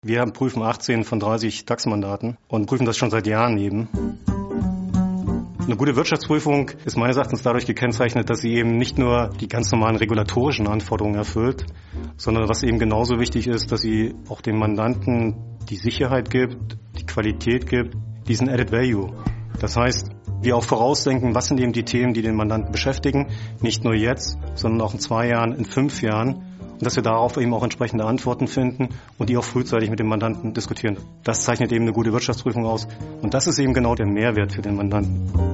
Wir prüfen 18 von 30 DAX-Mandaten und prüfen das schon seit Jahren eben. Eine gute Wirtschaftsprüfung ist meines Erachtens dadurch gekennzeichnet, dass sie eben nicht nur die ganz normalen regulatorischen Anforderungen erfüllt, sondern was eben genauso wichtig ist, dass sie auch dem Mandanten die Sicherheit gibt, die Qualität gibt, diesen Added Value. Das heißt, wir auch vorausdenken, was sind eben die Themen, die den Mandanten beschäftigen, nicht nur jetzt, sondern auch in 2 Jahren, in 5 Jahren. Und dass wir darauf eben auch entsprechende Antworten finden und die auch frühzeitig mit dem Mandanten diskutieren. Das zeichnet eben eine gute Wirtschaftsprüfung aus. Und das ist eben genau der Mehrwert für den Mandanten.